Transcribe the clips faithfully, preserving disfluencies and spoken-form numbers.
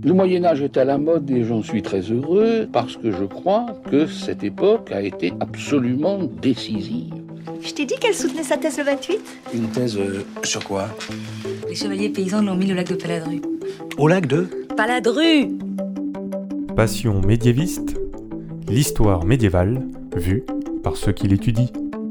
Le Moyen-Âge est à la mode et j'en suis très heureux parce que je crois que cette époque a été absolument décisive. Je t'ai dit qu'elle soutenait sa thèse le vingt-huit. Une thèse euh, sur quoi? Les chevaliers paysans l'ont mis au lac de Paladru. Au lac de Paladru! Passion médiéviste, l'histoire médiévale vue par ceux qui l'étudient.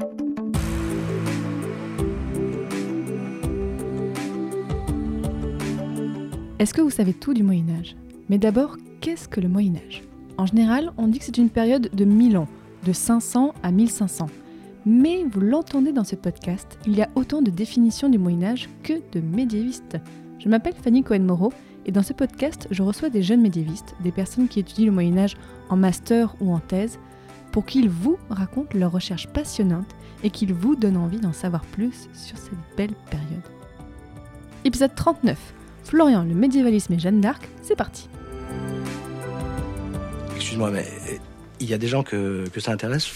Est-ce que vous savez tout du Moyen-Âge ? Mais d'abord, qu'est-ce que le Moyen-Âge ? En général, on dit que c'est une période de mille ans, de cinq cents à mille cinq cents. Mais vous l'entendez dans ce podcast, il y a autant de définitions du Moyen-Âge que de médiévistes. Je m'appelle Fanny Cohen-Moreau et dans ce podcast, je reçois des jeunes médiévistes, des personnes qui étudient le Moyen-Âge en master ou en thèse, pour qu'ils vous racontent leurs recherches passionnantes et qu'ils vous donnent envie d'en savoir plus sur cette belle période. Épisode trente-neuf. Florian, le médiévalisme et Jeanne d'Arc, c'est parti. Excuse-moi, mais il y a des gens que, que ça intéresse?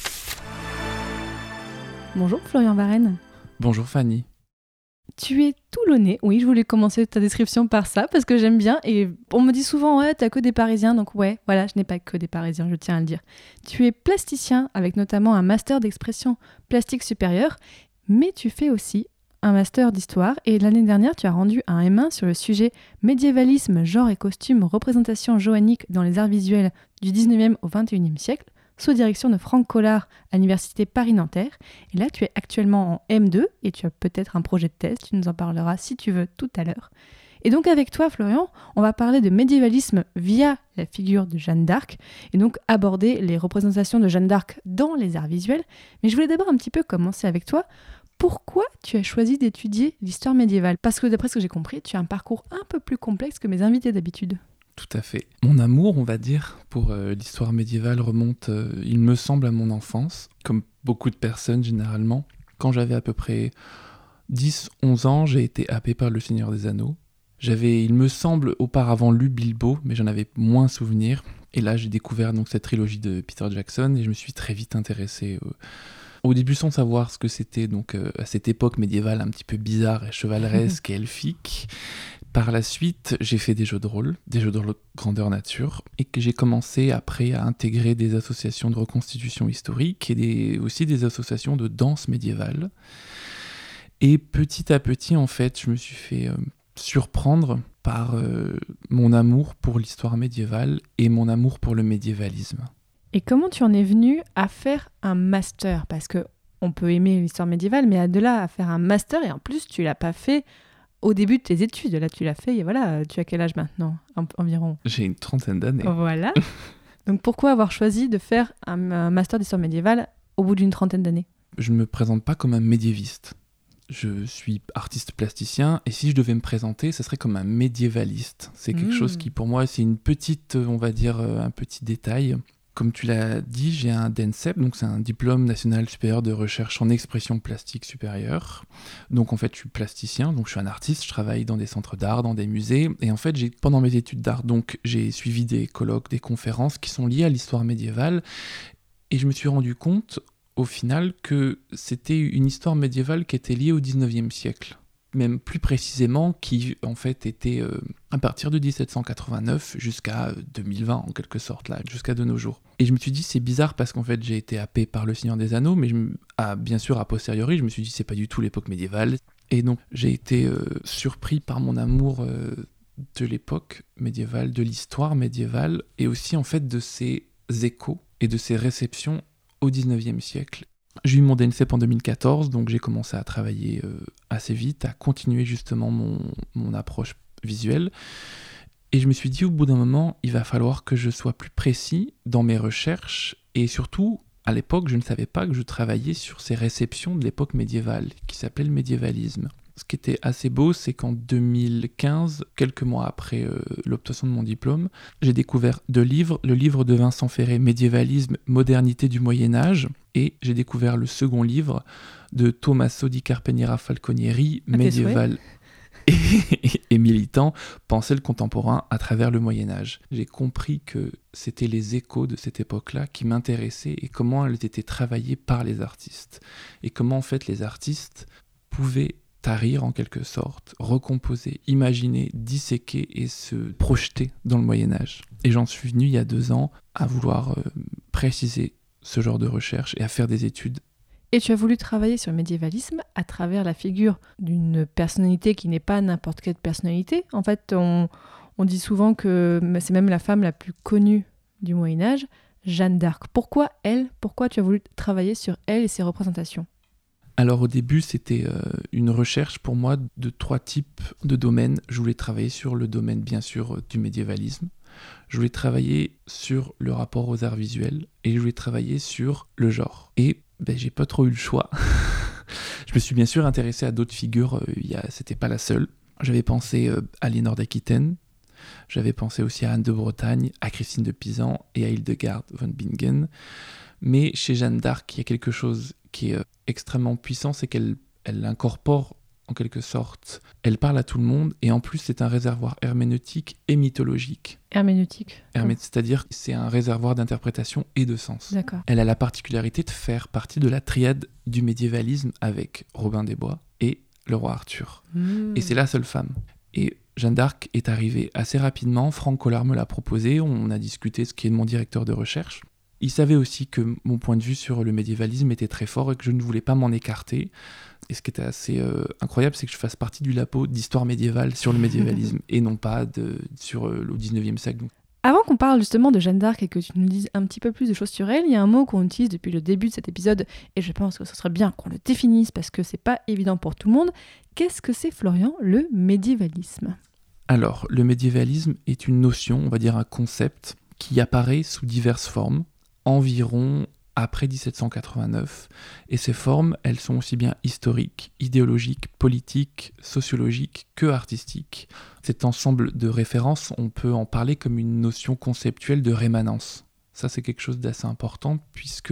Bonjour Florian Varenne. Bonjour Fanny. Tu es toulonnais. Oui, je voulais commencer ta description par ça parce que j'aime bien et on me dit souvent ouais, t'as que des Parisiens, donc ouais, voilà, je n'ai pas que des Parisiens, je tiens à le dire. Tu es plasticien avec notamment un master d'expression plastique supérieure, mais tu fais aussi un master d'histoire et l'année dernière, tu as rendu un M un sur le sujet médiévalisme, genre et costume, représentation joannique dans les arts visuels du dix-neuvième au vingt et unième siècle, sous direction de Franck Collard à l'université Paris-Nanterre. Et là, tu es actuellement en M deux et tu as peut-être un projet de thèse, tu nous en parleras si tu veux tout à l'heure. Et donc avec toi, Florian, on va parler de médiévalisme via la figure de Jeanne d'Arc et donc aborder les représentations de Jeanne d'Arc dans les arts visuels. Mais je voulais d'abord un petit peu commencer avec toi. Pourquoi tu as choisi d'étudier l'histoire médiévale ? Parce que d'après ce que j'ai compris, tu as un parcours un peu plus complexe que mes invités d'habitude. Tout à fait. Mon amour, on va dire, pour euh, l'histoire médiévale remonte, euh, il me semble, à mon enfance, comme beaucoup de personnes généralement. Quand j'avais à peu près dix onze ans, j'ai été happé par Le Seigneur des Anneaux. J'avais, il me semble, auparavant lu Bilbo, mais j'en avais moins souvenir. Et là, j'ai découvert donc cette trilogie de Peter Jackson et je me suis très vite intéressé euh, au début sans savoir ce que c'était, donc euh, à cette époque médiévale un petit peu bizarre et chevaleresque et elfique. Par la suite, j'ai fait des jeux de rôle, des jeux de rôle grandeur nature, et que j'ai commencé après à intégrer des associations de reconstitution historique et des, aussi des associations de danse médiévale. Et petit à petit, en fait, je me suis fait euh, surprendre par euh, mon amour pour l'histoire médiévale et mon amour pour le médiévalisme. Et comment tu en es venu à faire un master ? Parce qu'on peut aimer l'histoire médiévale, mais de là à faire un master, et en plus, tu ne l'as pas fait au début de tes études. Là, tu l'as fait, et voilà, tu as quel âge maintenant en- environ ? J'ai une trentaine d'années. Voilà. Donc pourquoi avoir choisi de faire un, un master d'histoire médiévale au bout d'une trentaine d'années ? Je ne me présente pas comme un médiéviste. Je suis artiste plasticien, et si je devais me présenter, ce serait comme un médiévaliste. C'est quelque Mmh. chose qui, pour moi, c'est une petite, on va dire, un petit détail. Comme tu l'as dit, j'ai un D N S E P, donc c'est un diplôme national supérieur de recherche en expression plastique supérieure. Donc en fait, je suis plasticien, donc je suis un artiste, je travaille dans des centres d'art, dans des musées. Et en fait, j'ai, pendant mes études d'art, donc j'ai suivi des colloques, des conférences qui sont liées à l'histoire médiévale. Et je me suis rendu compte, au final, que c'était une histoire médiévale qui était liée au dix-neuvième siècle. Même plus précisément, qui en fait était euh, à partir de dix-sept cent quatre-vingt-neuf jusqu'à deux mille vingt en quelque sorte, là, jusqu'à de nos jours. Et je me suis dit c'est bizarre parce qu'en fait j'ai été happé par Le Seigneur des Anneaux, mais je me... ah, bien sûr a posteriori je me suis dit c'est pas du tout l'époque médiévale. Et donc j'ai été euh, surpris par mon amour euh, de l'époque médiévale, de l'histoire médiévale, et aussi en fait de ses échos et de ses réceptions au dix-neuvième siècle. J'ai eu mon D N S E P en deux mille quatorze, donc j'ai commencé à travailler euh, assez vite, à continuer justement mon, mon approche visuelle. Et je me suis dit au bout d'un moment, il va falloir que je sois plus précis dans mes recherches. Et surtout, à l'époque, je ne savais pas que je travaillais sur ces réceptions de l'époque médiévale, qui s'appelle le médiévalisme. Ce qui était assez beau, c'est qu'en deux mille quinze, quelques mois après euh, l'obtention de mon diplôme, j'ai découvert deux livres, le livre de Vincent Ferré, Médiévalisme, modernité du Moyen-Âge, et j'ai découvert le second livre de Tommaso di Carpeniera Falconieri, Ah, Médiéval et, et, et militant, penser le contemporain à travers le Moyen-Âge. J'ai compris que c'était les échos de cette époque-là qui m'intéressaient et comment elles étaient travaillées par les artistes. Et comment en fait les artistes pouvaient tarir en quelque sorte, recomposer, imaginer, disséquer et se projeter dans le Moyen-Âge. Et j'en suis venu il y a deux ans à vouloir euh, préciser ce genre de recherche et à faire des études. Et tu as voulu travailler sur le médiévalisme à travers la figure d'une personnalité qui n'est pas n'importe quelle personnalité. En fait, on, on dit souvent que c'est même la femme la plus connue du Moyen-Âge, Jeanne d'Arc. Pourquoi elle ? Pourquoi tu as voulu travailler sur elle et ses représentations ? Alors au début, c'était euh, une recherche pour moi de trois types de domaines. Je voulais travailler sur le domaine, bien sûr, du médiévalisme. Je voulais travailler sur le rapport aux arts visuels et je voulais travailler sur le genre. Et ben, j'ai pas trop eu le choix. Je me suis bien sûr intéressé à d'autres figures, euh, y a, c'était pas la seule. J'avais pensé euh, à Léonore d'Aquitaine, j'avais pensé aussi à Anne de Bretagne, à Christine de Pisan et à Hildegarde von Bingen. Mais chez Jeanne d'Arc, il y a quelque chose qui est euh, extrêmement puissant, c'est qu'elle elle incorpore en quelque sorte, elle parle à tout le monde et en plus c'est un réservoir herméneutique et mythologique. Herméneutique. Hermé- c'est-à-dire que c'est un réservoir d'interprétation et de sens. D'accord. Elle a la particularité de faire partie de la triade du médiévalisme avec Robin des Bois et le roi Arthur. Mmh. Et c'est la seule femme. Et Jeanne d'Arc est arrivée assez rapidement, Franck Collard me l'a proposé, on a discuté, ce qui est mon directeur de recherche. Il savait aussi que mon point de vue sur le médiévalisme était très fort et que je ne voulais pas m'en écarter. Et ce qui était assez euh, incroyable, c'est que je fasse partie du labo d'histoire médiévale sur le médiévalisme et non pas de, sur euh, le dix-neuvième siècle. Avant qu'on parle justement de Jeanne d'Arc et que tu nous dises un petit peu plus de choses sur elle, il y a un mot qu'on utilise depuis le début de cet épisode et je pense que ce serait bien qu'on le définisse parce que c'est pas évident pour tout le monde. Qu'est-ce que c'est, Florian, le médiévalisme ? Alors, le médiévalisme est une notion, on va dire un concept, qui apparaît sous diverses formes, environ après dix-sept cent quatre-vingt-neuf. Et ces formes, elles sont aussi bien historiques, idéologiques, politiques, sociologiques que artistiques. Cet ensemble de références, on peut en parler comme une notion conceptuelle de rémanence. Ça, c'est quelque chose d'assez important puisque,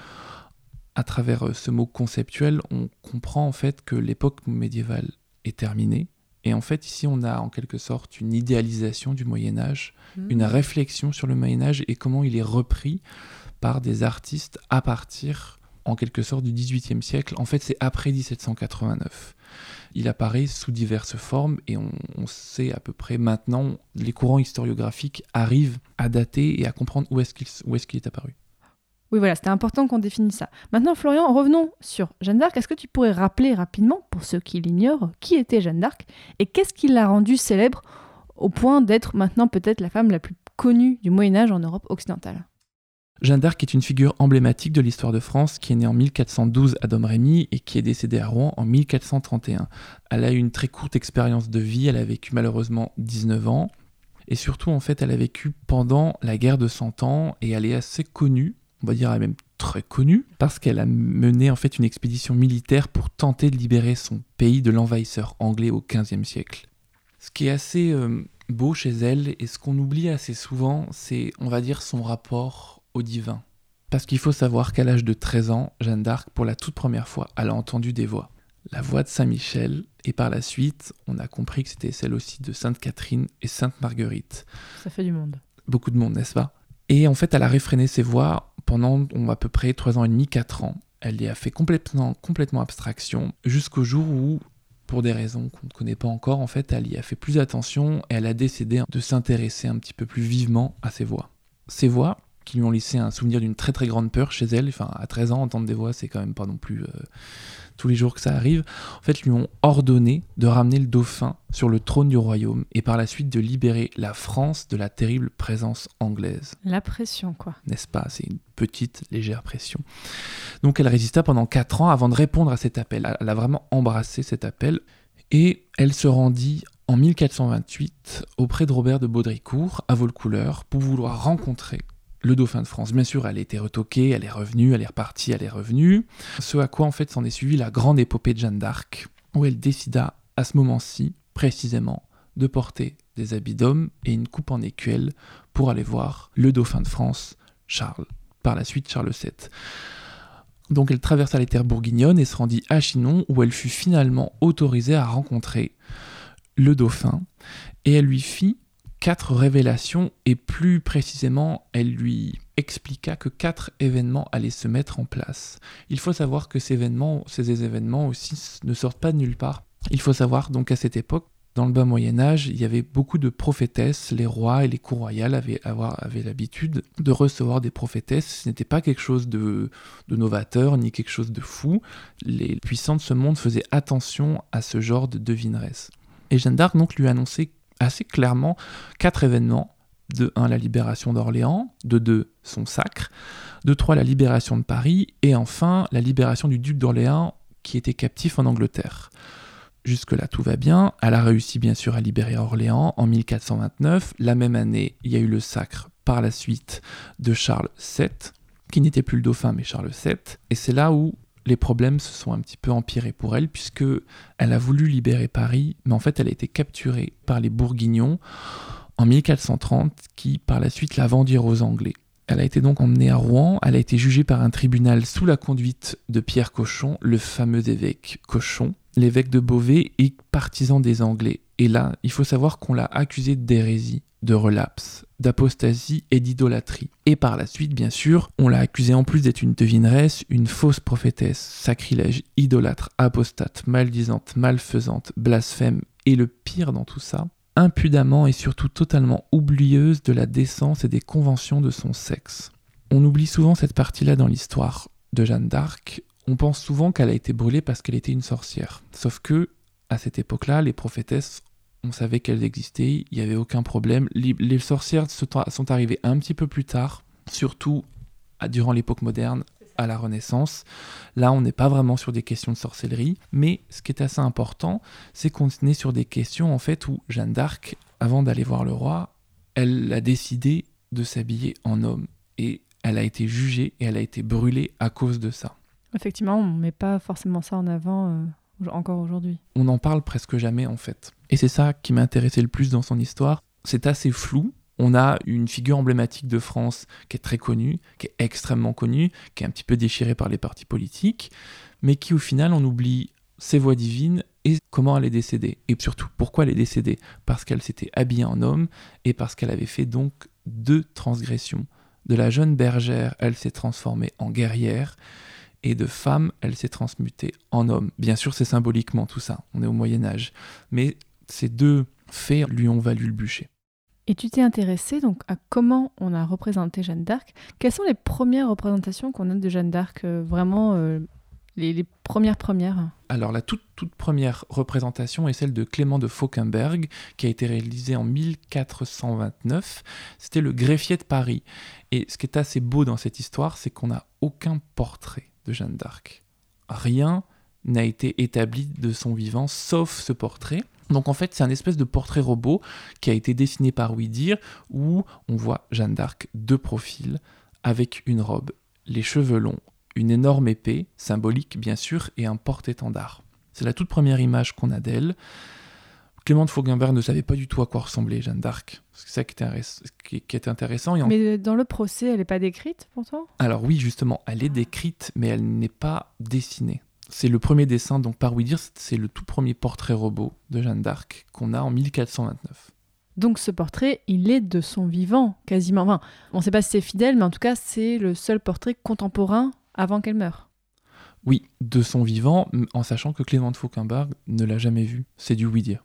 à travers ce mot conceptuel, on comprend en fait que l'époque médiévale est terminée. Et en fait, ici, on a en quelque sorte une idéalisation du Moyen-Âge, mmh. une réflexion sur le Moyen-Âge et comment il est repris par des artistes à partir, en quelque sorte, du dix-huitième siècle. En fait, c'est après dix-sept cent quatre-vingt-neuf. Il apparaît sous diverses formes et on, on sait à peu près maintenant, les courants historiographiques arrivent à dater et à comprendre où est-ce qu'il, où est-ce qu'il est apparu. Oui, voilà, c'était important qu'on définisse ça. Maintenant, Florian, revenons sur Jeanne d'Arc. Est-ce que tu pourrais rappeler rapidement, pour ceux qui l'ignorent, qui était Jeanne d'Arc et qu'est-ce qui l'a rendue célèbre au point d'être maintenant peut-être la femme la plus connue du Moyen-Âge en Europe occidentale ? Jeanne d'Arc est une figure emblématique de l'histoire de France qui est née en mille quatre cent douze à Domrémy et qui est décédée à Rouen en mille quatre cent trente et un. Elle a eu une très courte expérience de vie, elle a vécu malheureusement dix-neuf ans et surtout en fait elle a vécu pendant la guerre de Cent Ans et elle est assez connue, on va dire elle est même très connue, parce qu'elle a mené en fait une expédition militaire pour tenter de libérer son pays de l'envahisseur anglais au quinzième siècle. Ce qui est assez euh, beau chez elle et ce qu'on oublie assez souvent, c'est on va dire son rapport au divin. Parce qu'il faut savoir qu'à l'âge de treize ans, Jeanne d'Arc, pour la toute première fois, elle a entendu des voix. La voix de Saint-Michel, et par la suite, on a compris que c'était celle aussi de Sainte Catherine et Sainte Marguerite. Ça fait du monde. Beaucoup de monde, n'est-ce pas ? Et en fait, elle a réfréné ses voix pendant on, à peu près trois ans et demi, quatre ans. Elle y a fait complètement, complètement abstraction, jusqu'au jour où, pour des raisons qu'on ne connaît pas encore, en fait, elle y a fait plus attention et elle a décidé de s'intéresser un petit peu plus vivement à ses voix. Ces voix, qui lui ont laissé un souvenir d'une très très grande peur chez elle. Enfin, à treize ans, entendre des voix, c'est quand même pas non plus euh, tous les jours que ça arrive. En fait, lui ont ordonné de ramener le dauphin sur le trône du royaume et par la suite de libérer la France de la terrible présence anglaise. La pression, quoi. N'est-ce pas ? C'est une petite, légère pression. Donc elle résista pendant quatre ans avant de répondre à cet appel. Elle a vraiment embrassé cet appel et elle se rendit en mille quatre cent vingt-huit auprès de Robert de Baudricourt à Vaucouleurs pour vouloir rencontrer le dauphin de France. Bien sûr, elle a été retoquée, elle est revenue, elle est repartie, elle est revenue. Ce à quoi, en fait, s'en est suivi la grande épopée de Jeanne d'Arc, où elle décida, à ce moment-ci, précisément, de porter des habits d'homme et une coupe en écuelle pour aller voir le dauphin de France, Charles. Par la suite, Charles sept. Donc, elle traversa les terres bourguignonnes et se rendit à Chinon, où elle fut finalement autorisée à rencontrer le dauphin. Et elle lui fit quatre révélations et plus précisément, elle lui expliqua que quatre événements allaient se mettre en place. Il faut savoir que ces événements, ces événements aussi ne sortent pas de nulle part. Il faut savoir donc qu'à cette époque, dans le bas Moyen-Âge, il y avait beaucoup de prophétesses. Les rois et les cours royales avaient, avoir, avaient l'habitude de recevoir des prophétesses. Ce n'était pas quelque chose de, de novateur, ni quelque chose de fou. Les puissants de ce monde faisaient attention à ce genre de devineresse. Et Jeanne d'Arc donc, lui annonçait assez clairement quatre événements. De un, la libération d'Orléans. De deux, son sacre. De trois, la libération de Paris. Et enfin, la libération du duc d'Orléans qui était captif en Angleterre. Jusque-là, tout va bien. Elle a réussi, bien sûr, à libérer Orléans en mille quatre cent vingt-neuf. La même année, il y a eu le sacre, par la suite, de Charles sept, qui n'était plus le dauphin, mais Charles sept. Et c'est là où les problèmes se sont un petit peu empirés pour elle, puisqu'elle a voulu libérer Paris, mais en fait, elle a été capturée par les Bourguignons en mille quatre cent trente, qui, par la suite, la vendirent aux Anglais. Elle a été donc emmenée à Rouen, elle a été jugée par un tribunal sous la conduite de Pierre Cochon, le fameux évêque Cochon, l'évêque de Beauvais et partisan des Anglais. Et là, il faut savoir qu'on l'a accusé d'hérésie, de relapse, d'apostasie et d'idolâtrie. Et par la suite, bien sûr, on l'a accusé en plus d'être une devineresse, une fausse prophétesse, sacrilège, idolâtre, apostate, maldisante, malfaisante, blasphème, et le pire dans tout ça, impudemment et surtout totalement oublieuse de la décence et des conventions de son sexe. On oublie souvent cette partie-là dans l'histoire de Jeanne d'Arc. On pense souvent qu'elle a été brûlée parce qu'elle était une sorcière. Sauf que, à cette époque-là, les prophétesses, on savait qu'elles existaient, il n'y avait aucun problème. Les sorcières sont arrivées un petit peu plus tard, surtout durant l'époque moderne, à la Renaissance. Là, on n'est pas vraiment sur des questions de sorcellerie, mais ce qui est assez important, c'est qu'on est sur des questions en fait où Jeanne d'Arc, avant d'aller voir le roi, elle a décidé de s'habiller en homme et elle a été jugée et elle a été brûlée à cause de ça. Effectivement, on ne met pas forcément ça en avant euh, encore aujourd'hui. On n'en parle presque jamais en fait. Et c'est ça qui m'a intéressé le plus dans son histoire. C'est assez flou. On a une figure emblématique de France qui est très connue, qui est extrêmement connue, qui est un petit peu déchirée par les partis politiques, mais qui au final on oublie ses voix divines et comment elle est décédée. Et surtout, pourquoi elle est décédée ? Parce qu'elle s'était habillée en homme et parce qu'elle avait fait donc deux transgressions. De la jeune bergère, elle s'est transformée en guerrière, et de femme, elle s'est transmutée en homme. Bien sûr, c'est symboliquement tout ça, on est au Moyen-Âge. Mais ces deux faits lui ont valu le bûcher. Et tu t'es intéressé donc à comment on a représenté Jeanne d'Arc. Quelles sont les premières représentations qu'on a de Jeanne d'Arc, euh, vraiment euh, les, les premières premières ? Alors la toute, toute première représentation est celle de Clément de Fauquemberg, qui a été réalisée en mille quatre cent vingt-neuf. C'était le greffier de Paris. Et ce qui est assez beau dans cette histoire, c'est qu'on n'a aucun portrait de Jeanne d'Arc. Rien n'a été établi de son vivant, sauf ce portrait. Donc en fait, c'est un espèce de portrait robot qui a été dessiné par Ouidir, où on voit Jeanne d'Arc de profil, avec une robe, les cheveux longs, une énorme épée, symbolique bien sûr, et un porte-étendard. C'est la toute première image qu'on a d'elle. Clément de Fauquemberg ne savait pas du tout à quoi ressemblait Jeanne d'Arc. C'est ça qui était, intéress- qui, qui était intéressant. Et en... Mais dans le procès, elle n'est pas décrite pourtant ? Alors oui, justement, elle est décrite, mais elle n'est pas dessinée. C'est le premier dessin, donc par Ouidir, c'est le tout premier portrait robot de Jeanne d'Arc qu'on a en mille quatre cent vingt-neuf. Donc ce portrait, il est de son vivant, quasiment. Enfin, on ne sait pas si c'est fidèle, mais en tout cas, c'est le seul portrait contemporain avant qu'elle meure. Oui, de son vivant, en sachant que Clément de Fauquemberg ne l'a jamais vu. C'est du Ouidir.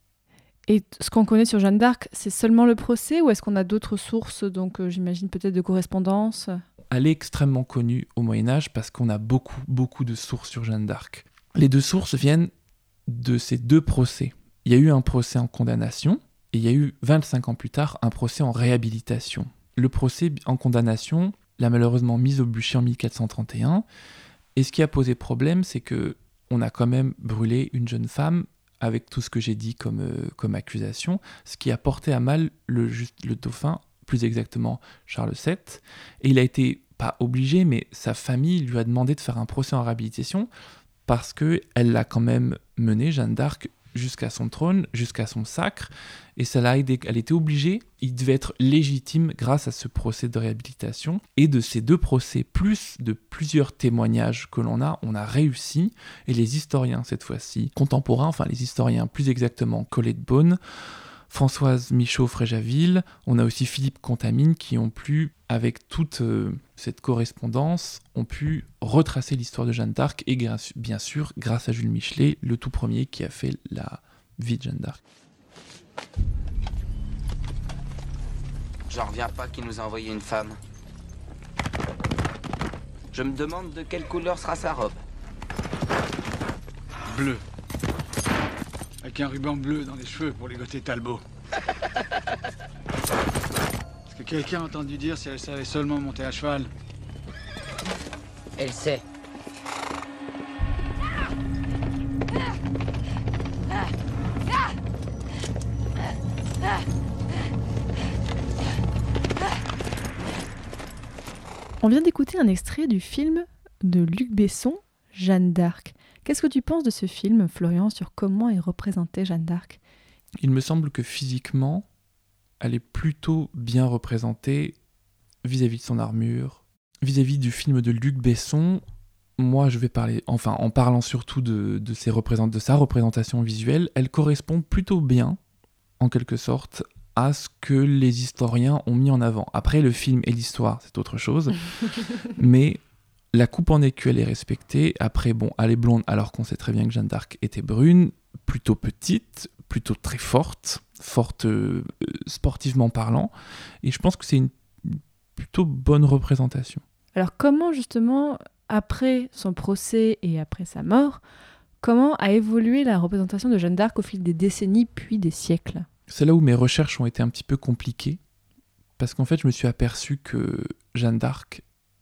Et ce qu'on connaît sur Jeanne d'Arc, c'est seulement le procès ou est-ce qu'on a d'autres sources, donc euh, j'imagine peut-être de correspondance ? Elle est extrêmement connue au Moyen-Âge parce qu'on a beaucoup, beaucoup de sources sur Jeanne d'Arc. Les deux sources viennent de ces deux procès. Il y a eu un procès en condamnation et il y a eu, vingt-cinq ans plus tard, un procès en réhabilitation. Le procès en condamnation l'a malheureusement mise au bûcher en mille quatre cent trente et un. Et ce qui a posé problème, c'est qu'on a quand même brûlé une jeune femme avec tout ce que j'ai dit comme, euh, comme accusation, ce qui a porté à mal le, le dauphin, plus exactement Charles sept, et il a été, pas obligé, mais sa famille lui a demandé de faire un procès en réhabilitation parce qu'elle l'a quand même mené, Jeanne d'Arc, jusqu'à son trône, jusqu'à son sacre, et ça l'a aidé, elle était obligée, il devait être légitime grâce à ce procès de réhabilitation, et de ces deux procès, plus de plusieurs témoignages que l'on a, on a réussi, et les historiens cette fois-ci, contemporains, enfin les historiens plus exactement Colette Beaune, Françoise Michaud-Fréjaville, on a aussi Philippe Contamine qui ont pu, avec toute euh, cette correspondance, ont pu retracer l'histoire de Jeanne d'Arc et grâce, bien sûr grâce à Jules Michelet, le tout premier qui a fait la vie de Jeanne d'Arc. J'en reviens pas qu'il nous a envoyé une femme. Je me demande de quelle couleur sera sa robe. Bleu. Avec un ruban bleu dans les cheveux pour ligoter Talbot. Est-ce que quelqu'un a entendu dire si elle savait seulement monter à cheval? Elle sait. On vient d'écouter un extrait du film de Luc Besson, Jeanne d'Arc. Qu'est-ce que tu penses de ce film, Florian, sur comment est représentée Jeanne d'Arc ? Il me semble que physiquement, elle est plutôt bien représentée vis-à-vis de son armure, vis-à-vis du film de Luc Besson. Moi, je vais parler, enfin, en parlant surtout de, de, ses représent- de sa représentation visuelle, elle correspond plutôt bien, en quelque sorte, à ce que les historiens ont mis en avant. Après, le film et l'histoire, c'est autre chose, mais la coupe en écu, elle est respectée. Après, bon, elle est blonde, alors qu'on sait très bien que Jeanne d'Arc était brune, plutôt petite, plutôt très forte, forte euh, sportivement parlant, et je pense que c'est une plutôt bonne représentation. Alors comment, justement, après son procès et après sa mort, comment a évolué la représentation de Jeanne d'Arc au fil des décennies puis des siècles ? C'est là où mes recherches ont été un petit peu compliquées, parce qu'en fait, je me suis aperçu que Jeanne d'Arc,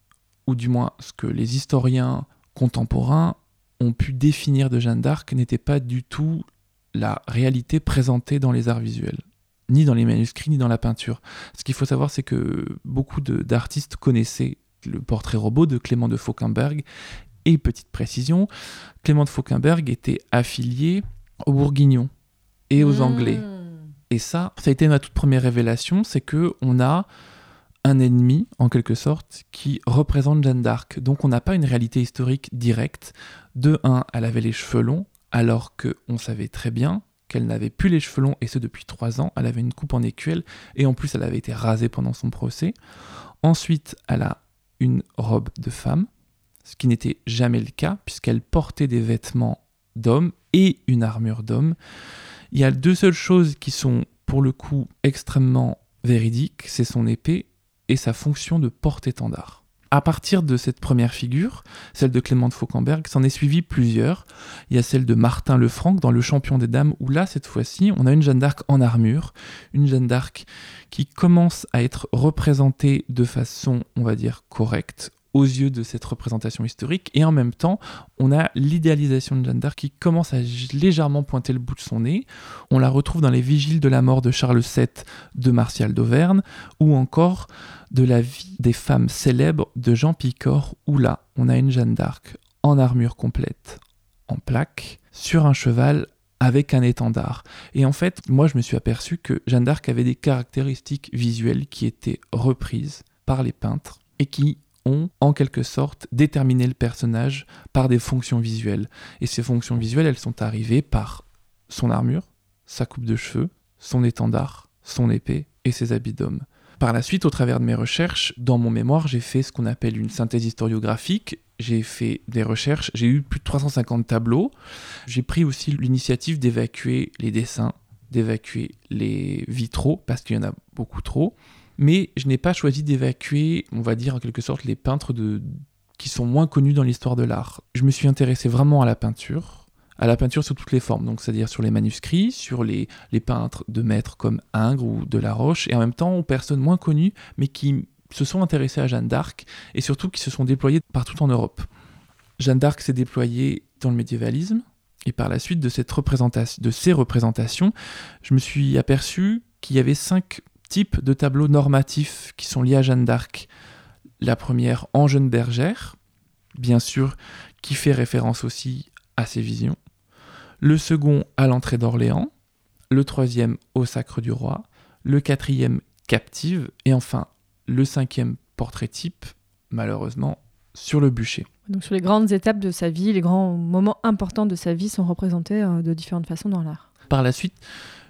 ou du moins ce que les historiens contemporains ont pu définir de Jeanne d'Arc, n'était pas du tout la réalité présentée dans les arts visuels, ni dans les manuscrits, ni dans la peinture. Ce qu'il faut savoir, c'est que beaucoup de, d'artistes connaissaient le portrait robot de Clément de Fauquemberg, et petite précision, Clément de Fauquemberg était affilié aux Bourguignons et aux mmh. Anglais. Et ça, ça a été ma toute première révélation, c'est qu'on a un ennemi, en quelque sorte, qui représente Jeanne d'Arc. Donc on n'a pas une réalité historique directe. De un, elle avait les cheveux longs, alors qu'on savait très bien qu'elle n'avait plus les cheveux longs, et ce depuis trois ans. Elle avait une coupe en écuelle, et en plus elle avait été rasée pendant son procès. Ensuite, elle a une robe de femme, ce qui n'était jamais le cas, puisqu'elle portait des vêtements d'homme et une armure d'homme. Il y a deux seules choses qui sont, pour le coup, extrêmement véridiques, c'est son épée et sa fonction de porte-étendard. À partir de cette première figure, celle de Clément de Fauquemberg, s'en est suivi plusieurs. Il y a celle de Martin Lefranc dans Le Champion des Dames, où là, cette fois-ci, on a une Jeanne d'Arc en armure, une Jeanne d'Arc qui commence à être représentée de façon, on va dire, correcte, aux yeux de cette représentation historique, et en même temps, on a l'idéalisation de Jeanne d'Arc qui commence à légèrement pointer le bout de son nez. On la retrouve dans les Vigiles de la mort de Charles sept de Martial d'Auvergne, ou encore de la vie des femmes célèbres de Jean Picor, où là, on a une Jeanne d'Arc en armure complète, en plaque, sur un cheval, avec un étendard. Et en fait, moi, je me suis aperçu que Jeanne d'Arc avait des caractéristiques visuelles qui étaient reprises par les peintres, et qui ont, en quelque sorte, déterminé le personnage par des fonctions visuelles. Et ces fonctions visuelles, elles sont arrivées par son armure, sa coupe de cheveux, son étendard, son épée et ses habits d'homme. Par la suite, au travers de mes recherches, dans mon mémoire, j'ai fait ce qu'on appelle une synthèse historiographique. J'ai fait des recherches, j'ai eu plus de trois cent cinquante tableaux. J'ai pris aussi l'initiative d'évacuer les dessins, d'évacuer les vitraux, parce qu'il y en a beaucoup trop. Mais je n'ai pas choisi d'évacuer, on va dire en quelque sorte, les peintres de... qui sont moins connus dans l'histoire de l'art. Je me suis intéressé vraiment à la peinture, à la peinture sous toutes les formes, donc c'est-à-dire sur les manuscrits, sur les, les peintres de maîtres comme Ingres ou Delaroche, et en même temps aux personnes moins connues, mais qui se sont intéressées à Jeanne d'Arc, et surtout qui se sont déployées partout en Europe. Jeanne d'Arc s'est déployée dans le médiévalisme, et par la suite de, cette représentation, de ces représentations, je me suis aperçu qu'il y avait cinq types de tableaux normatifs qui sont liés à Jeanne d'Arc. La première, en jeune bergère, bien sûr, qui fait référence aussi à ses visions. Le second, à l'entrée d'Orléans. Le troisième, au sacre du roi. Le quatrième, captive. Et enfin, le cinquième portrait type, malheureusement, sur le bûcher. Donc sur les grandes étapes de sa vie, les grands moments importants de sa vie sont représentés euh, de différentes façons dans l'art. Par la suite,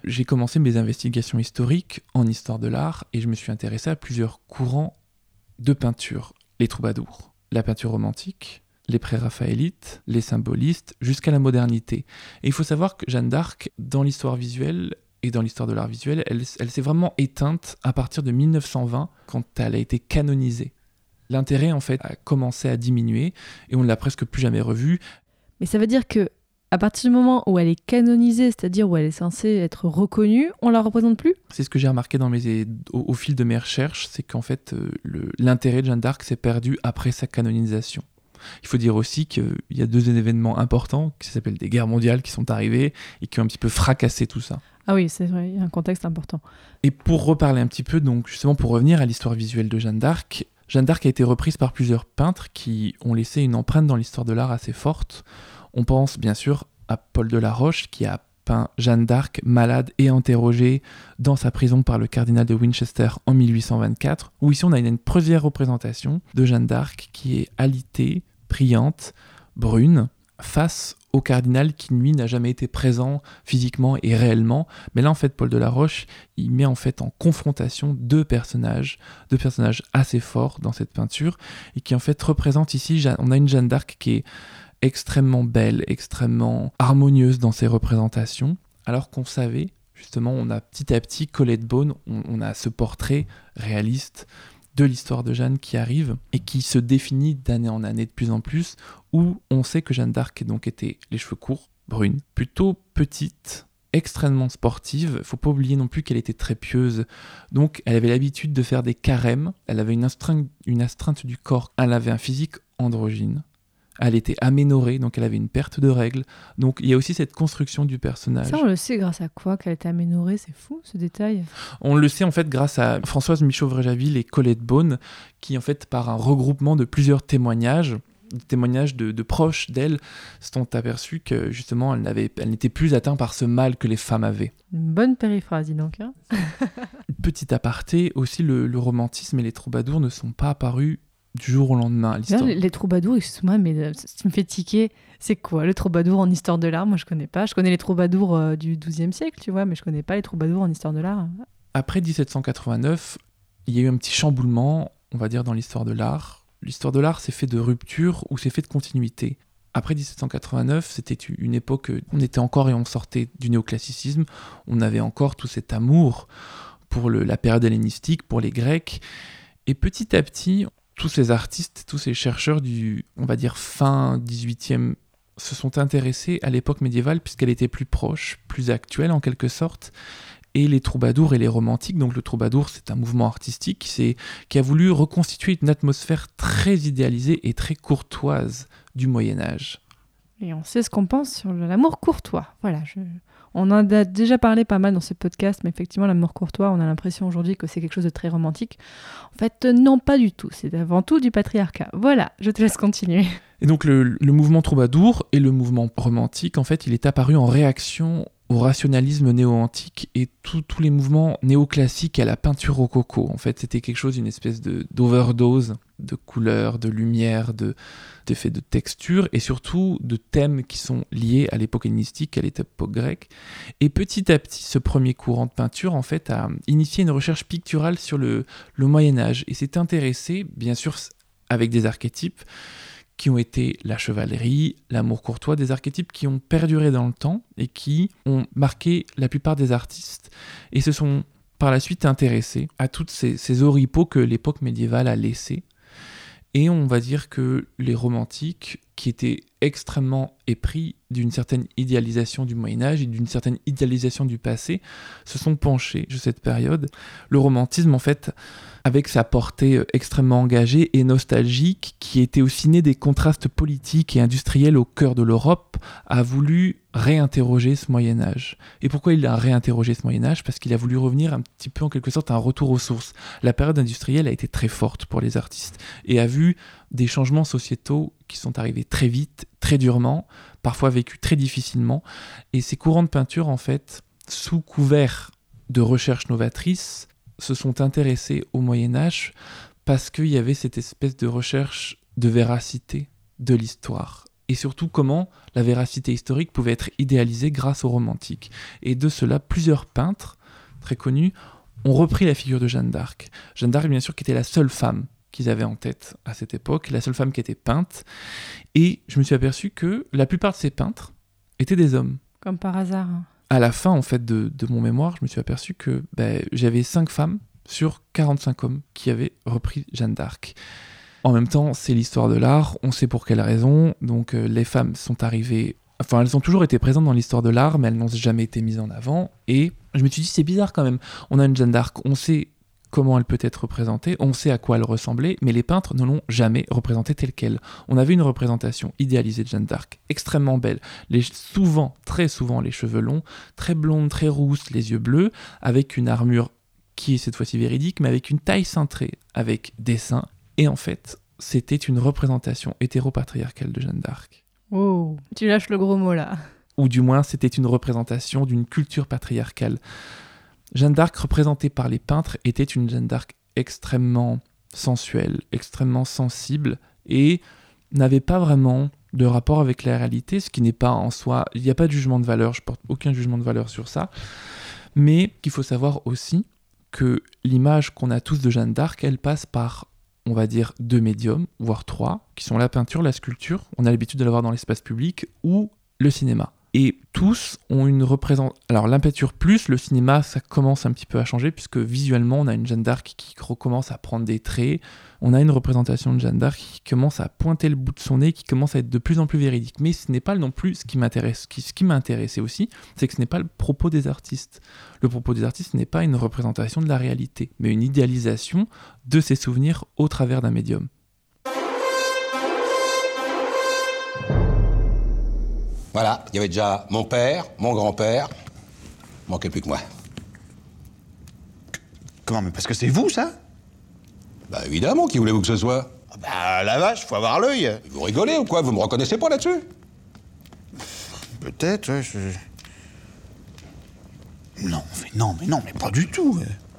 j'ai commencé mes investigations historiques en histoire de l'art et je me suis intéressé à plusieurs courants de peinture. Les troubadours, la peinture romantique, les pré-raphaélites, les symbolistes, jusqu'à la modernité. Et il faut savoir que Jeanne d'Arc, dans l'histoire visuelle et dans l'histoire de l'art visuel, elle, elle s'est vraiment éteinte à partir de mille neuf cent vingt, quand elle a été canonisée. L'intérêt, en fait, a commencé à diminuer et on ne l'a presque plus jamais revue. Mais ça veut dire que à partir du moment où elle est canonisée, c'est-à-dire où elle est censée être reconnue, on la représente plus ? C'est ce que j'ai remarqué dans mes, au, au fil de mes recherches, c'est qu'en fait, euh, le, l'intérêt de Jeanne d'Arc s'est perdu après sa canonisation. Il faut dire aussi qu'il y a deux événements importants qui s'appellent des guerres mondiales qui sont arrivées et qui ont un petit peu fracassé tout ça. Ah oui, c'est vrai, il y a un contexte important. Et pour reparler un petit peu, donc justement pour revenir à l'histoire visuelle de Jeanne d'Arc, Jeanne d'Arc a été reprise par plusieurs peintres qui ont laissé une empreinte dans l'histoire de l'art assez forte. On pense bien sûr à Paul Delaroche qui a peint Jeanne d'Arc malade et interrogée dans sa prison par le cardinal de Winchester en mille huit cent vingt-quatre, où ici on a une, une première représentation de Jeanne d'Arc qui est alitée, priante, brune, face au cardinal qui, lui, n'a jamais été présent physiquement et réellement. Mais là, en fait, Paul Delaroche, il met en fait en confrontation deux personnages, deux personnages assez forts dans cette peinture, et qui en fait représentent ici, on a une Jeanne d'Arc qui est extrêmement belle, extrêmement harmonieuse dans ses représentations, alors qu'on savait, justement, on a petit à petit, Colette Beaune, on, on a ce portrait réaliste de l'histoire de Jeanne qui arrive et qui se définit d'année en année de plus en plus, où on sait que Jeanne d'Arc donc était les cheveux courts, brunes, plutôt petite, extrêmement sportive. Il ne faut pas oublier non plus qu'elle était très pieuse, donc elle avait l'habitude de faire des carèmes, elle avait une astreinte, une astreinte du corps, elle avait un physique androgyne. Elle était aménorrhée, donc elle avait une perte de règles. Donc il y a aussi cette construction du personnage. Ça, on le sait grâce à quoi qu'elle était aménorrhée, c'est fou ce détail. On le sait en fait grâce à Françoise Michaud-Vrejaville et Colette Beaune, qui en fait par un regroupement de plusieurs témoignages, des témoignages de, de proches d'elle, se sont aperçus que justement elle, n'avait, elle n'était plus atteinte par ce mal que les femmes avaient. Une bonne périphrasie donc. Hein. Petit aparté, aussi le, le romantisme et les troubadours ne sont pas apparus du jour au lendemain. L'histoire. Les, les troubadours, excuse-moi, mais ce qui me fait tiquer, c'est quoi le troubadour en histoire de l'art ? Moi, je connais pas. Je connais les troubadours euh, du douzième siècle, tu vois, mais je connais pas les troubadours en histoire de l'art. Après dix-sept cent quatre-vingt-neuf, il y a eu un petit chamboulement, on va dire, dans l'histoire de l'art. L'histoire de l'art, c'est fait de rupture ou c'est fait de continuité. Après dix-sept cent quatre-vingt-neuf, c'était une époque, on était encore et on sortait du néoclassicisme, on avait encore tout cet amour pour le, la période hellénistique, pour les Grecs, et petit à petit, tous ces artistes, tous ces chercheurs du, on va dire, fin dix-huitième, se sont intéressés à l'époque médiévale puisqu'elle était plus proche, plus actuelle en quelque sorte. Et les troubadours et les romantiques, donc le troubadour, c'est un mouvement artistique c'est, qui a voulu reconstituer une atmosphère très idéalisée et très courtoise du Moyen-Âge. Et on sait ce qu'on pense sur l'amour courtois. Voilà, je... on en a déjà parlé pas mal dans ce podcast, mais effectivement, l'amour courtois, on a l'impression aujourd'hui que c'est quelque chose de très romantique. En fait, non, pas du tout. C'est avant tout du patriarcat. Voilà, je te laisse continuer. Et donc, le, le mouvement troubadour et le mouvement romantique, en fait, il est apparu en réaction au rationalisme néo-antique et tous les mouvements néoclassiques à la peinture rococo. En fait, c'était quelque chose, une espèce de, d'overdose de couleurs, de lumière, de, d'effets de texture et surtout de thèmes qui sont liés à l'époque hellénistique, à l'époque grecque. Et petit à petit, ce premier courant de peinture, en fait, a initié une recherche picturale sur le, le Moyen-Âge et s'est intéressé, bien sûr, avec des archétypes qui ont été la chevalerie, l'amour courtois, des archétypes qui ont perduré dans le temps et qui ont marqué la plupart des artistes et se sont par la suite intéressés à toutes ces, ces oripeaux que l'époque médiévale a laissés. Et on va dire que les romantiques, qui étaient extrêmement épris d'une certaine idéalisation du Moyen-Âge et d'une certaine idéalisation du passé, se sont penchés sur cette période. Le romantisme, en fait, avec sa portée extrêmement engagée et nostalgique, qui était aussi née des contrastes politiques et industriels au cœur de l'Europe, a voulu réinterroger ce Moyen-Âge. Et pourquoi il a réinterrogé ce Moyen-Âge ? Parce qu'il a voulu revenir un petit peu, en quelque sorte, à un retour aux sources. La période industrielle a été très forte pour les artistes et a vu des changements sociétaux qui sont arrivés très vite, très durement, parfois vécus très difficilement. Et ces courants de peinture, en fait, sous couvert de recherches novatrices, se sont intéressés au Moyen-Âge parce qu'il y avait cette espèce de recherche de véracité de l'histoire et surtout comment la véracité historique pouvait être idéalisée grâce aux romantiques. Et de cela, plusieurs peintres très connus ont repris la figure de Jeanne d'Arc. Jeanne d'Arc, bien sûr, qui était la seule femme qu'ils avaient en tête à cette époque, la seule femme qui était peinte. Et je me suis aperçu que la plupart de ces peintres étaient des hommes. Comme par hasard. À la fin, en fait, de, de mon mémoire, je me suis aperçu que ben, j'avais cinq femmes sur quarante-cinq hommes qui avaient repris Jeanne d'Arc. En même temps, c'est l'histoire de l'art, on sait pour quelle raison. Donc euh, les femmes sont arrivées... Enfin, elles ont toujours été présentes dans l'histoire de l'art, mais elles n'ont jamais été mises en avant. Et je me suis dit, c'est bizarre quand même. On a une Jeanne d'Arc, on sait comment elle peut être représentée, on sait à quoi elle ressemblait, mais les peintres ne l'ont jamais représentée telle qu'elle. On avait une représentation idéalisée de Jeanne d'Arc, extrêmement belle. Les, souvent, très souvent, les cheveux longs, très blondes, très rousses, les yeux bleus, avec une armure qui est cette fois-ci véridique, mais avec une taille cintrée, avec des seins. Et en fait, c'était une représentation hétéropatriarcale de Jeanne d'Arc. Oh, tu lâches le gros mot là. Ou du moins, c'était une représentation d'une culture patriarcale. Jeanne d'Arc, représentée par les peintres, était une Jeanne d'Arc extrêmement sensuelle, extrêmement sensible, et n'avait pas vraiment de rapport avec la réalité, ce qui n'est pas en soi... Il n'y a pas de jugement de valeur, je porte aucun jugement de valeur sur ça, mais qu'il faut savoir aussi que l'image qu'on a tous de Jeanne d'Arc, elle passe par... on va dire deux médiums, voire trois, qui sont la peinture, la sculpture, on a l'habitude de l'avoir dans l'espace public, ou le cinéma. Et tous ont une représentation... Alors la peinture plus, le cinéma, ça commence un petit peu à changer, puisque visuellement, on a une Jeanne d'Arc qui recommence à prendre des traits, on a une représentation de Jeanne d'Arc qui commence à pointer le bout de son nez, qui commence à être de plus en plus véridique. Mais ce n'est pas non plus ce qui m'intéresse. Ce qui m'a intéressé aussi, c'est que ce n'est pas le propos des artistes. Le propos des artistes n'est pas une représentation de la réalité, mais une idéalisation de ses souvenirs au travers d'un médium. Voilà, il y avait déjà mon père, mon grand-père, manquait plus que moi. Comment, mais parce que c'est vous, ça? Bah évidemment, qui voulez-vous que ce soit? Ah bah la vache, faut avoir l'œil. Vous rigolez ou quoi? Vous me reconnaissez pas là-dessus? Peut-être, ouais, je... Non, mais non, mais non, mais pas du tout.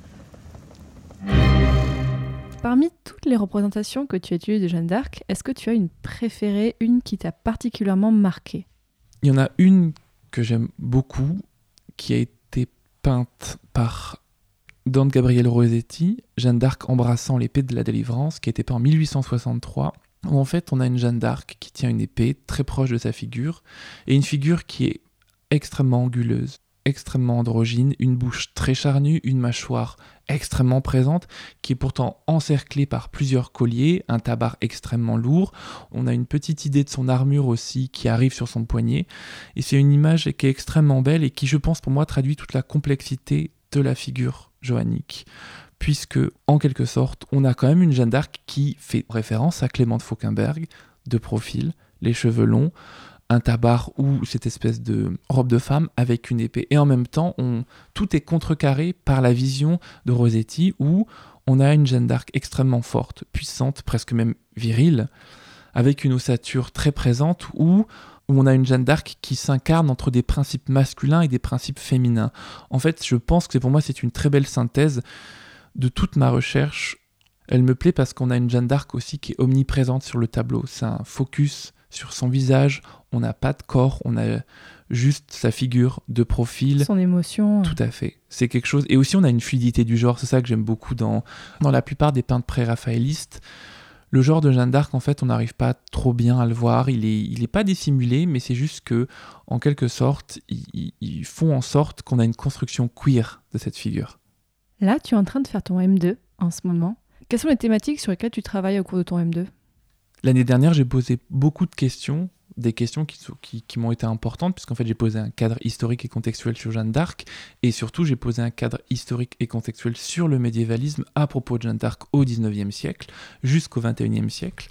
Parmi toutes les représentations que tu as utilisées de Jeanne d'Arc, est-ce que tu as une préférée, une qui t'a particulièrement marquée? Il y en a une que j'aime beaucoup, qui a été peinte par Dante Gabriel Rossetti, Jeanne d'Arc embrassant l'épée de la délivrance, qui a été peinte en mille huit cent soixante-trois, où en fait on a une Jeanne d'Arc qui tient une épée très proche de sa figure, et une figure qui est extrêmement anguleuse, extrêmement androgyne, une bouche très charnue, une mâchoire extrêmement présente, qui est pourtant encerclée par plusieurs colliers, un tabard extrêmement lourd. On a une petite idée de son armure aussi qui arrive sur son poignet. Et c'est une image qui est extrêmement belle et qui, je pense, pour moi, traduit toute la complexité de la figure johannique. Puisque, en quelque sorte, on a quand même une Jeanne d'Arc qui fait référence à Clément de Fauquemberg, de profil, les cheveux longs, un tabard ou cette espèce de robe de femme avec une épée. Et en même temps, on, tout est contrecarré par la vision de Rossetti où on a une Jeanne d'Arc extrêmement forte, puissante, presque même virile, avec une ossature très présente où, où on a une Jeanne d'Arc qui s'incarne entre des principes masculins et des principes féminins. En fait, je pense que pour moi, c'est une très belle synthèse de toute ma recherche. Elle me plaît parce qu'on a une Jeanne d'Arc aussi qui est omniprésente sur le tableau. C'est un focus sur son visage, on n'a pas de corps, on a juste sa figure de profil. Son émotion. Tout à fait. C'est quelque chose... Et aussi, on a une fluidité du genre, c'est ça que j'aime beaucoup dans, dans la plupart des peintres pré-raphaélistes. Le genre de Jeanne d'Arc, en fait, on n'arrive pas trop bien à le voir. Il est, il est pas dissimulé, mais c'est juste que, en quelque sorte, ils, ils font en sorte qu'on a une construction queer de cette figure. Là, tu es en train de faire ton M deux en ce moment. Quelles sont les thématiques sur lesquelles tu travailles au cours de ton M deux ? L'année dernière, j'ai posé beaucoup de questions, des questions qui, qui, qui m'ont été importantes, puisqu'en fait, j'ai posé un cadre historique et contextuel sur Jeanne d'Arc, et surtout, j'ai posé un cadre historique et contextuel sur le médiévalisme à propos de Jeanne d'Arc au dix-neuvième siècle, jusqu'au vingt et unième siècle.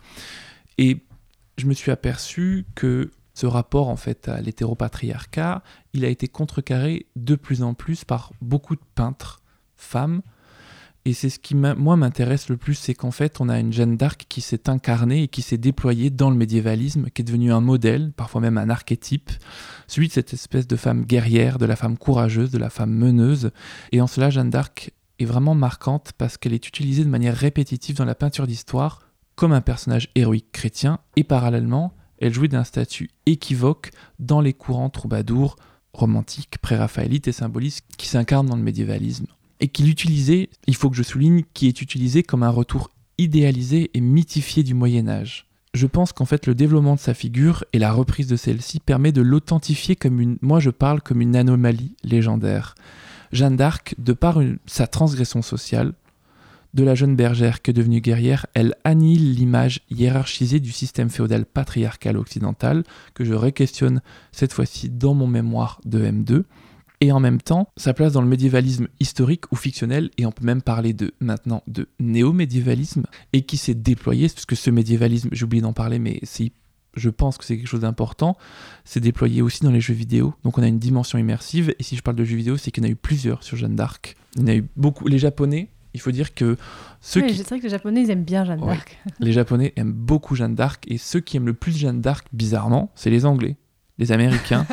Et je me suis aperçu que ce rapport, en fait, à l'hétéropatriarcat, il a été contrecarré de plus en plus par beaucoup de peintres, femmes. Et c'est ce qui, moi, m'intéresse le plus, c'est qu'en fait, on a une Jeanne d'Arc qui s'est incarnée et qui s'est déployée dans le médiévalisme, qui est devenue un modèle, parfois même un archétype, celui de cette espèce de femme guerrière, de la femme courageuse, de la femme meneuse. Et en cela, Jeanne d'Arc est vraiment marquante parce qu'elle est utilisée de manière répétitive dans la peinture d'histoire comme un personnage héroïque chrétien, et parallèlement, elle jouit d'un statut équivoque dans les courants troubadours, romantiques, pré-raphaélites et symbolistes qui s'incarnent dans le médiévalisme. Et qu'il utilisait, il faut que je souligne, qui est utilisé comme un retour idéalisé et mythifié du Moyen-Âge. Je pense qu'en fait, le développement de sa figure et la reprise de celle-ci permet de l'authentifier comme une, moi je parle comme une anomalie légendaire. Jeanne d'Arc, de par une, sa transgression sociale, de la jeune bergère que devenue guerrière, elle annihile l'image hiérarchisée du système féodal patriarcal occidental, que je réquestionne cette fois-ci dans mon mémoire de M deux, et en même temps, sa place dans le médiévalisme historique ou fictionnel, et on peut même parler de, maintenant de néo-médiévalisme, et qui s'est déployé, parce que ce médiévalisme, j'ai oublié d'en parler, mais c'est, je pense que c'est quelque chose d'important, s'est déployé aussi dans les jeux vidéo, donc on a une dimension immersive, et si je parle de jeux vidéo, c'est qu'il y en a eu plusieurs sur Jeanne d'Arc. Il y en a eu beaucoup, les Japonais, il faut dire que ceux oui, qui... C'est vrai que les Japonais, ils aiment bien Jeanne ouais. d'Arc. Les Japonais aiment beaucoup Jeanne d'Arc, et ceux qui aiment le plus Jeanne d'Arc, bizarrement, c'est les Anglais, les Américains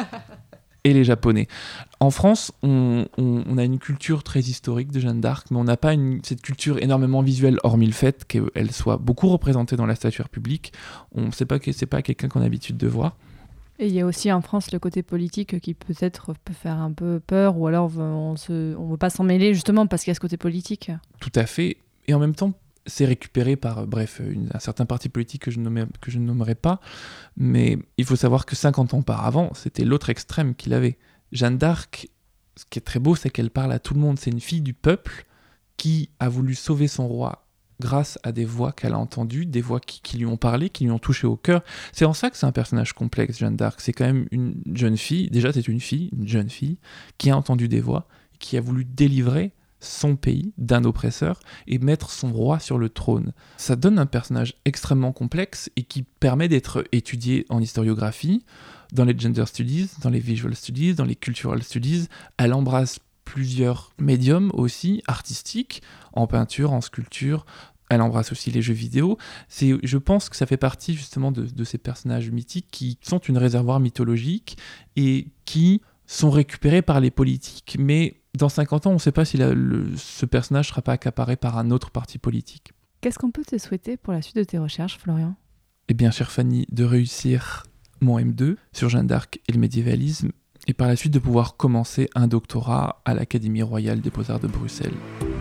et les Japonais. En France, on, on, on a une culture très historique de Jeanne d'Arc, mais on n'a pas une, cette culture énormément visuelle, hormis le fait qu'elle soit beaucoup représentée dans la statuaire publique. On ne sait pas que c'est pas quelqu'un qu'on a l'habitude de voir. Et il y a aussi en France le côté politique qui peut-être peut faire un peu peur, ou alors on ne on veut pas s'en mêler justement parce qu'il y a ce côté politique. Tout à fait. Et en même temps, c'est récupéré par, bref, une, un certain parti politique que je, nommais, que je ne nommerai pas. Mais il faut savoir que cinquante ans auparavant, c'était l'autre extrême qu'il avait. Jeanne d'Arc, ce qui est très beau, c'est qu'elle parle à tout le monde. C'est une fille du peuple qui a voulu sauver son roi grâce à des voix qu'elle a entendues, des voix qui, qui lui ont parlé, qui lui ont touché au cœur. C'est en ça que c'est un personnage complexe, Jeanne d'Arc. C'est quand même une jeune fille, déjà c'est une fille, une jeune fille, qui a entendu des voix, qui a voulu délivrer son pays d'un oppresseur et mettre son roi sur le trône. Ça donne un personnage extrêmement complexe et qui permet d'être étudié en historiographie, dans les gender studies, dans les visual studies, dans les cultural studies. Elle embrasse plusieurs médiums aussi, artistiques, en peinture, en sculpture. Elle embrasse aussi les jeux vidéo. C'est, je pense que ça fait partie justement de, de ces personnages mythiques qui sont une réservoir mythologique et qui sont récupérés par les politiques. Mais dans cinquante ans, on ne sait pas si la, le, ce personnage ne sera pas accaparé par un autre parti politique. Qu'est-ce qu'on peut te souhaiter pour la suite de tes recherches, Florian ? Eh bien, chère Fanny, de réussir mon M deux sur Jeanne d'Arc et le médiévalisme, et par la suite de pouvoir commencer un doctorat à l'Académie royale des beaux-arts de Bruxelles.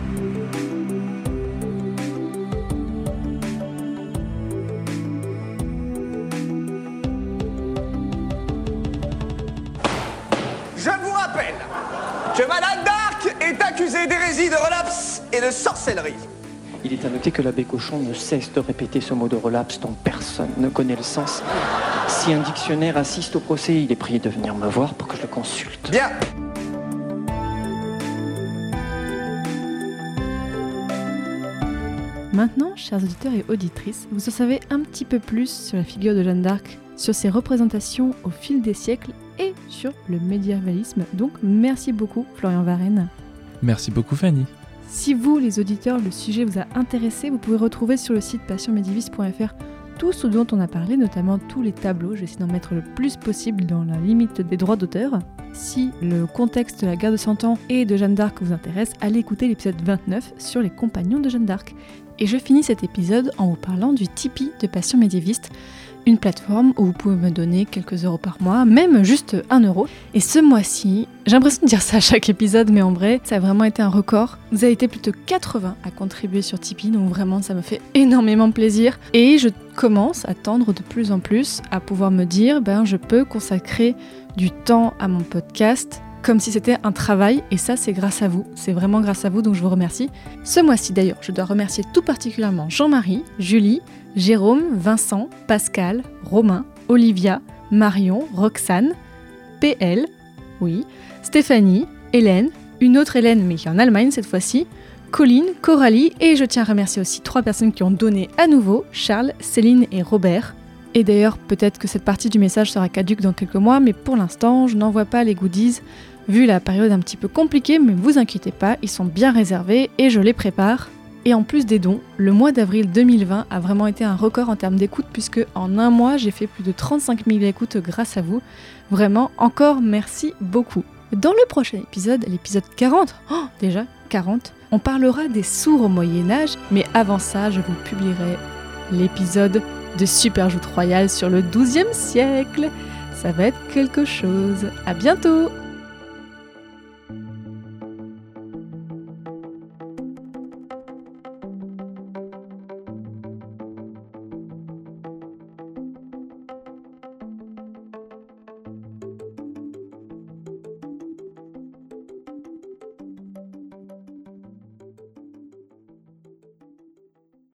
Je vous rappelle que Madame d'Arc est accusée d'hérésie, de relapse et de sorcellerie. Il est à noter que l'abbé Cochon ne cesse de répéter ce mot de relapse dont personne ne connaît le sens. Si un dictionnaire assiste au procès, il est prié de venir me voir pour que je le consulte. Bien. Maintenant, chers auditeurs et auditrices, vous en savez un petit peu plus sur la figure de Jeanne d'Arc, sur ses représentations au fil des siècles et sur le médiévalisme. Donc merci beaucoup Florian Varenne. Merci beaucoup Fanny. Si vous, les auditeurs, le sujet vous a intéressé, vous pouvez retrouver sur le site passion médiéviste point f r tout ce dont on a parlé, notamment tous les tableaux. Je vais essayer d'en mettre le plus possible dans la limite des droits d'auteur. Si le contexte de la guerre de Cent Ans et de Jeanne d'Arc vous intéresse, allez écouter l'épisode vingt-neuf sur les compagnons de Jeanne d'Arc. Et je finis cet épisode en vous parlant du Tipeee de Passion Médiéviste, une plateforme où vous pouvez me donner quelques euros par mois, même juste un euro. Et ce mois-ci, j'ai l'impression de dire ça à chaque épisode, mais en vrai, ça a vraiment été un record. Vous avez été plus de quatre-vingts à contribuer sur Tipeee, donc vraiment, ça me fait énormément plaisir. Et je commence à tendre de plus en plus à pouvoir me dire, ben, je peux consacrer du temps à mon podcast, comme si c'était un travail, et ça c'est grâce à vous, c'est vraiment grâce à vous, donc je vous remercie. Ce mois-ci d'ailleurs, je dois remercier tout particulièrement Jean-Marie, Julie, Jérôme, Vincent, Pascal, Romain, Olivia, Marion, Roxane, P L, oui, Stéphanie, Hélène, une autre Hélène mais qui est en Allemagne cette fois-ci, Colline, Coralie, et je tiens à remercier aussi trois personnes qui ont donné à nouveau, Charles, Céline et Robert. Et d'ailleurs, peut-être que cette partie du message sera caduque dans quelques mois, mais pour l'instant, je n'envoie pas les goodies, vu la période un petit peu compliquée, mais vous inquiétez pas, ils sont bien réservés et je les prépare. Et en plus des dons, le mois d'avril deux mille vingt a vraiment été un record en termes d'écoute, puisque en un mois, j'ai fait plus de trente-cinq mille écoutes grâce à vous. Vraiment, encore merci beaucoup. Dans le prochain épisode, l'épisode quarante, oh, déjà quarante, on parlera des sourds au Moyen-Âge, mais avant ça, je vous publierai l'épisode de super joutes royales sur le douzième siècle. Ça va être quelque chose. À bientôt!